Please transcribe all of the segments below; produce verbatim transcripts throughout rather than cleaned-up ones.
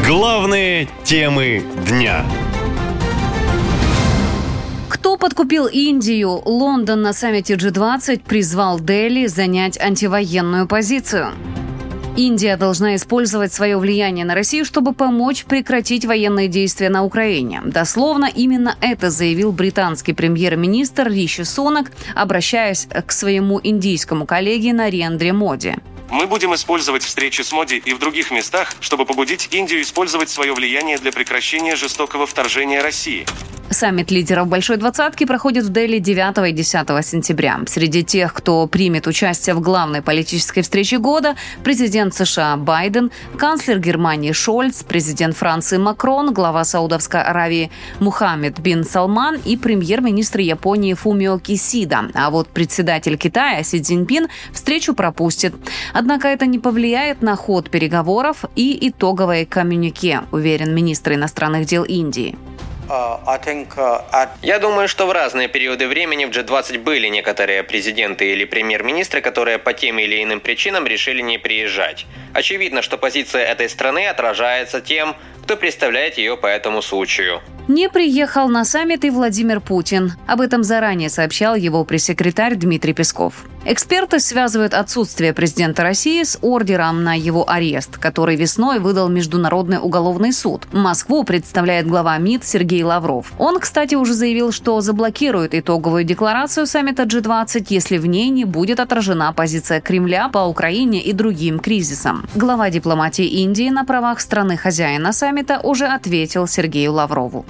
Главные темы дня. Кто подкупил Индию? Лондон на саммите джи двадцать призвал Дели занять антивоенную позицию. Индия должна использовать свое влияние на Россию, чтобы помочь прекратить военные действия на Украине. Дословно, именно это заявил британский премьер-министр Риши Сунак, обращаясь к своему индийскому коллеге Нарендре Моди. Мы будем использовать встречи с Моди и в других местах, чтобы побудить Индию использовать свое влияние для прекращения жестокого вторжения России. Саммит лидеров Большой двадцатки проходит в Дели девятого и десятого сентября. Среди тех, кто примет участие в главной политической встрече года, президент США Байден, канцлер Германии Шольц, президент Франции Макрон, глава Саудовской Аравии Мухаммед бин Салман и премьер-министр Японии Фумио Кисида. А вот председатель Китая Си Цзиньпин встречу пропустит. Однако это не повлияет на ход переговоров и итоговое коммюнике, уверен министр иностранных дел Индии. Я думаю, что в разные периоды времени в джи двадцать были некоторые президенты или премьер-министры, которые по тем или иным причинам решили не приезжать. Очевидно, что позиция этой страны отражается тем, кто представляет ее по этому случаю. Не приехал на саммит и Владимир Путин. Об этом заранее сообщал его пресс-секретарь Дмитрий Песков. Эксперты связывают отсутствие президента России с ордером на его арест, который весной выдал Международный уголовный суд. Москву представляет глава МИД Сергей Лавров. Он, кстати, уже заявил, что заблокирует итоговую декларацию саммита джи двадцать, если в ней не будет отражена позиция Кремля по Украине и другим кризисам. Глава дипломатии Индии на правах страны-хозяина саммита уже ответил Сергею Лаврову.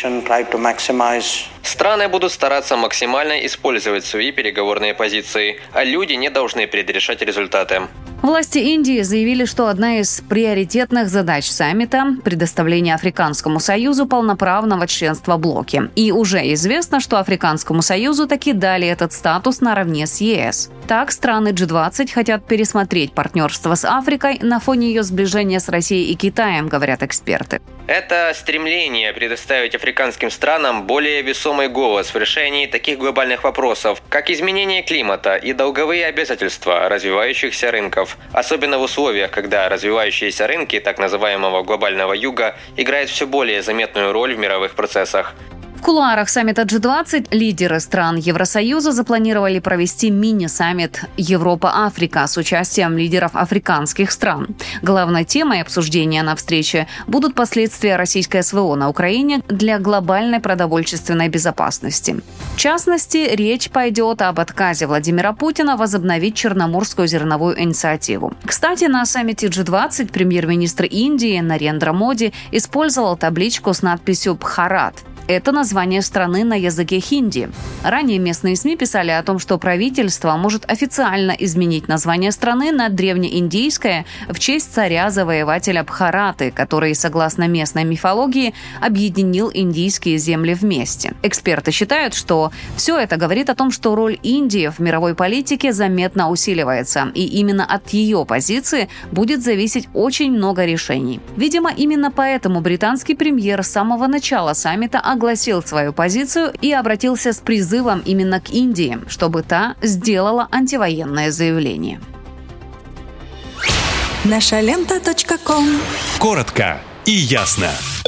Страны будут стараться максимально использовать свои переговорные позиции, а люди не должны предрешать результаты. Власти Индии заявили, что одна из приоритетных задач саммита – предоставление Африканскому Союзу полноправного членства в блоке. И уже известно, что Африканскому Союзу таки дали этот статус наравне с е эс. Так, страны джи двадцать хотят пересмотреть партнерство с Африкой на фоне ее сближения с Россией и Китаем, говорят эксперты. Это стремление предоставить африканским странам более весомый голос в решении таких глобальных вопросов, как изменение климата и долговые обязательства развивающихся рынков, особенно в условиях, когда развивающиеся рынки так называемого глобального юга играют все более заметную роль в мировых процессах. В кулуарах саммита джи двадцать лидеры стран Евросоюза запланировали провести мини-саммит Европа-Африка с участием лидеров африканских стран. Главной темой обсуждения на встрече будут последствия российской эс вэ о на Украине для глобальной продовольственной безопасности. В частности, речь пойдет об отказе Владимира Путина возобновить Черноморскую зерновую инициативу. Кстати, на саммите джи двадцать премьер-министр Индии Нарендра Моди использовал табличку с надписью «Бхарат». Это название страны на языке хинди. Ранее местные СМИ писали о том, что правительство может официально изменить название страны на древнеиндийское в честь царя-завоевателя Бхараты, который, согласно местной мифологии, объединил индийские земли вместе. Эксперты считают, что все это говорит о том, что роль Индии в мировой политике заметно усиливается, и именно от ее позиции будет зависеть очень много решений. Видимо, именно поэтому британский премьер с самого начала саммита огласил свою позицию и обратился с призывом именно к Индии, чтобы та сделала антивоенное заявление. наша лента точка ком. Коротко и ясно.